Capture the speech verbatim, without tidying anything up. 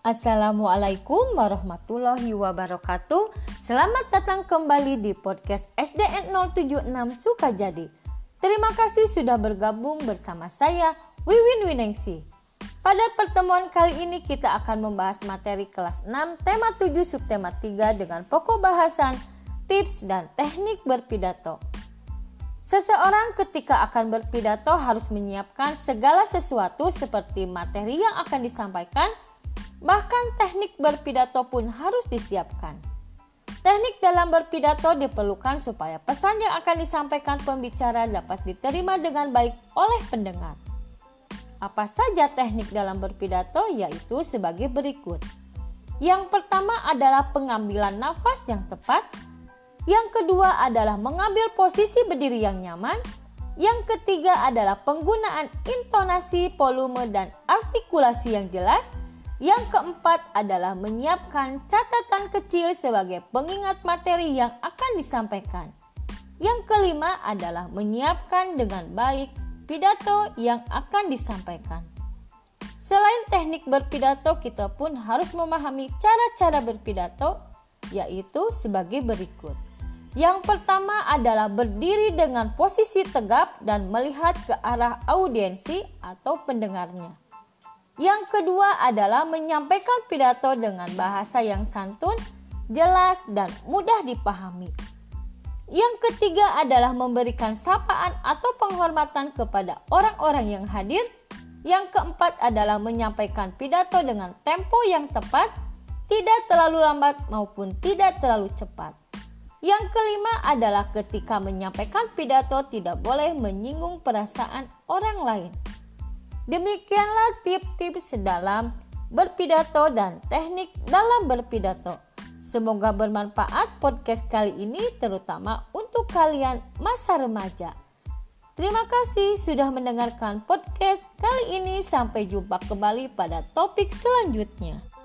Assalamualaikum warahmatullahi wabarakatuh. Selamat datang kembali di podcast S D N nol tujuh enam Sukajadi. Terima kasih sudah bergabung bersama saya, Wiwin Winingsi. Pada pertemuan kali ini kita akan membahas materi kelas enam, tema tujuh, subtema tiga dengan pokok bahasan, tips dan teknik berpidato. Seseorang ketika akan berpidato harus menyiapkan segala sesuatu seperti materi yang akan disampaikan, bahkan teknik berpidato pun harus disiapkan. Teknik dalam berpidato diperlukan supaya pesan yang akan disampaikan pembicara dapat diterima dengan baik oleh pendengar. Apa saja teknik dalam berpidato? Yaitu sebagai berikut. Yang pertama adalah pengambilan nafas yang tepat. Yang kedua adalah mengambil posisi berdiri yang nyaman. Yang ketiga adalah penggunaan intonasi, volume, dan artikulasi yang jelas. Yang keempat adalah menyiapkan catatan kecil sebagai pengingat materi yang akan disampaikan. Yang kelima adalah menyiapkan dengan baik pidato yang akan disampaikan. Selain teknik berpidato, kita pun harus memahami cara-cara berpidato, yaitu sebagai berikut. Yang pertama adalah berdiri dengan posisi tegap dan melihat ke arah audiensi atau pendengarnya. Yang kedua adalah menyampaikan pidato dengan bahasa yang santun, jelas, dan mudah dipahami. Yang ketiga adalah memberikan sapaan atau penghormatan kepada orang-orang yang hadir. Yang keempat adalah menyampaikan pidato dengan tempo yang tepat, tidak terlalu lambat maupun tidak terlalu cepat. Yang kelima adalah ketika menyampaikan pidato tidak boleh menyinggung perasaan orang lain. Demikianlah tips-tips dalam berpidato dan teknik dalam berpidato. Semoga bermanfaat podcast kali ini, terutama untuk kalian masa remaja. Terima kasih sudah mendengarkan podcast kali ini. Sampai jumpa kembali pada topik selanjutnya.